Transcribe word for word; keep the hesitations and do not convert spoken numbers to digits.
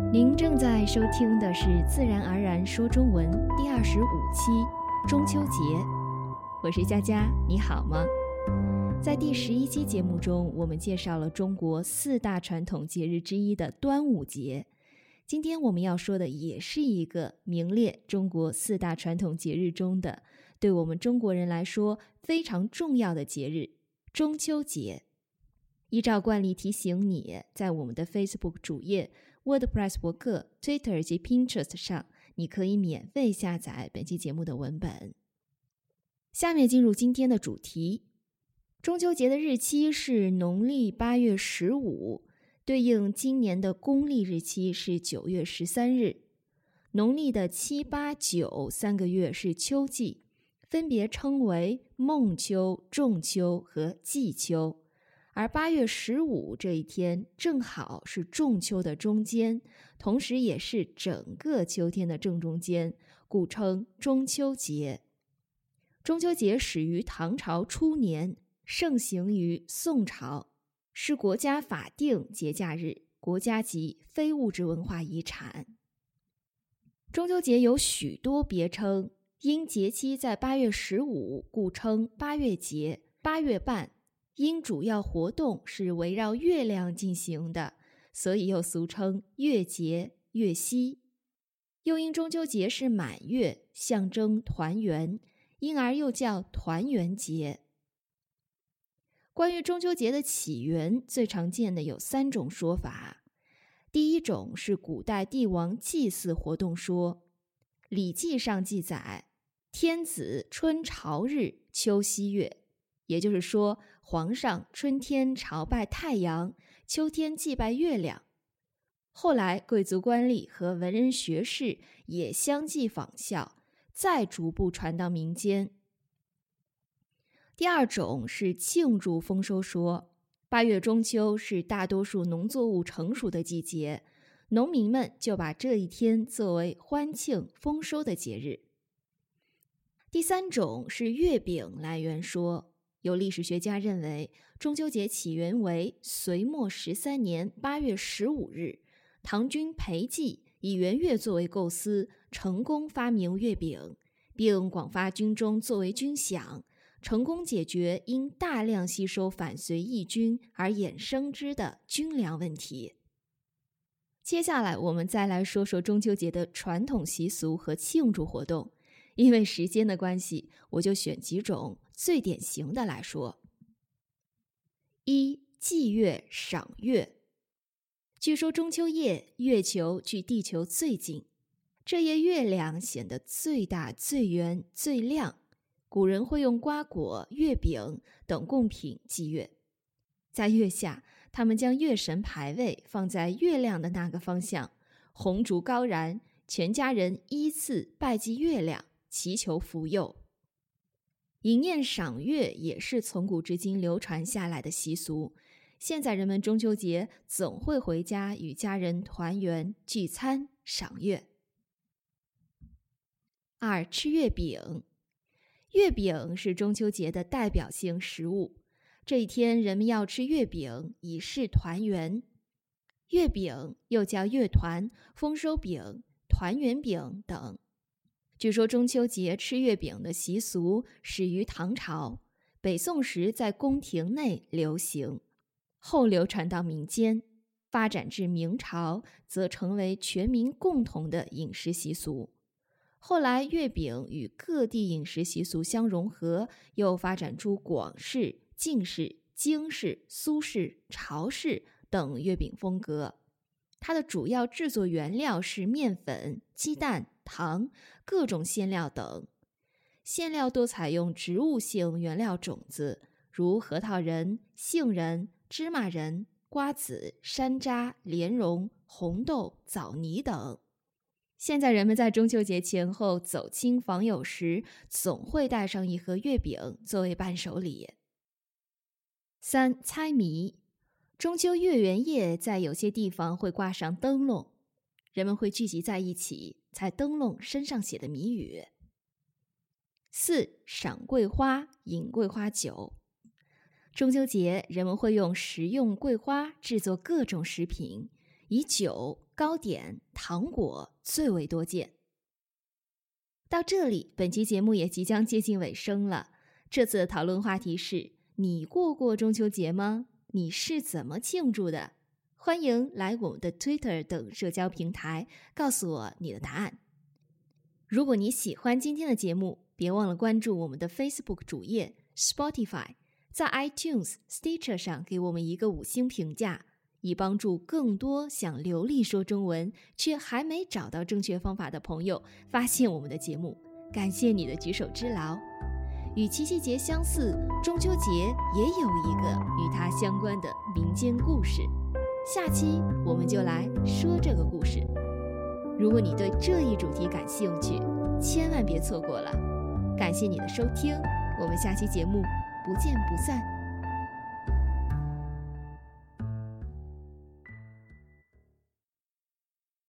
您正在收听的是《自然而然说中文》第二十五期中秋节，我是佳佳，你好吗？在第十一期节目中，我们介绍了中国四大传统节日之一的端午节。今天我们要说的也是一个名列中国四大传统节日中的，对我们中国人来说非常重要的节日——中秋节。依照惯例提醒你，在我们的 Facebook 主页、WordPress 博客、Twitter 及 Pinterest 上，你可以免费下载本期节目的文本。下面进入今天的主题。中秋节的日期是农历八月十五，对应今年的公历日期是九月十三日。农历的七、八、九三个月是秋季，分别称为孟秋、仲秋和季秋。而八月十五这一天正好是仲秋的中间，同时也是整个秋天的正中间，故称中秋节。中秋节始于唐朝初年，盛行于宋朝，是国家法定节假日，国家级非物质文化遗产。中秋节有许多别称，因节期在八月十五，故称八月节、八月半。因主要活动是围绕月亮进行的，所以又俗称月节、月夕。又因中秋节是满月，象征团圆，因而又叫团圆节。关于中秋节的起源，最常见的有三种说法。第一种是古代帝王祭祀活动说，《礼记》上记载，天子春朝日，秋夕月。也就是说，皇上春天朝拜太阳，秋天祭拜月亮。后来贵族官吏和文人学士也相继仿效，再逐步传到民间。第二种是庆祝丰收说，八月中秋是大多数农作物成熟的季节，农民们就把这一天作为欢庆丰收的节日。第三种是月饼来源说，有历史学家认为，中秋节起源为隋末十三年八月十五日，唐君裴寂以圆月作为构思，成功发明月饼，并广发军中作为军饷，成功解决因大量吸收反隋义军而衍生之的军粮问题。接下来我们再来说说中秋节的传统习俗和庆祝活动。因为时间的关系，我就选几种最典型的来说。一、祭月、赏月。据说中秋夜，月球距地球最近，这夜月亮显得最大、最圆、最亮。古人会用瓜果、月饼等贡品祭月。在月下，他们将月神牌位放在月亮的那个方向，红烛高燃，全家人依次拜祭月亮，祈求福佑。迎宴赏月也是从古至今流传下来的习俗。现在人们中秋节总会回家与家人团圆聚餐赏月。二、吃月饼。月饼是中秋节的代表性食物，这一天人们要吃月饼以示团圆。月饼又叫月团、丰收饼、团圆饼等。据说中秋节吃月饼的习俗始于唐朝，北宋时在宫廷内流行，后流传到民间，发展至明朝则成为全民共同的饮食习俗。后来月饼与各地饮食习俗相融合，又发展出广式、晋式、京式、苏式、潮式等月饼风格。它的主要制作原料是面粉、鸡蛋、糖、各种馅料等。馅料多采用植物性原料种子，如核桃仁、杏仁、芝麻仁、瓜子、山楂、莲蓉、红豆、枣泥等。现在人们在中秋节前后走亲访友时，总会带上一盒月饼作为伴手礼。三、猜谜。中秋月圆夜，在有些地方会挂上灯笼，人们会聚集在一起，猜灯笼身上写的谜语。四、赏桂花，饮桂花酒。中秋节，人们会用食用桂花制作各种食品， 以酒、糕点、糖果最为多见。到这里，本期节目也即将接近尾声了。这次的讨论话题是：你过过中秋节吗？你是怎么庆祝的？欢迎来我们的 Twitter 等社交平台告诉我你的答案。如果你喜欢今天的节目，别忘了关注我们的 Facebook 主页 Spotify， 在 iTunes、Stitcher 上给我们一个五星评价，以帮助更多想流利说中文却还没找到正确方法的朋友发现我们的节目。感谢你的举手之劳。与七夕节相似，中秋节也有一个与它相关的民间故事。下期我们就来说这个故事。如果你对这一主题感兴趣，千万别错过了。感谢你的收听，我们下期节目不见不散。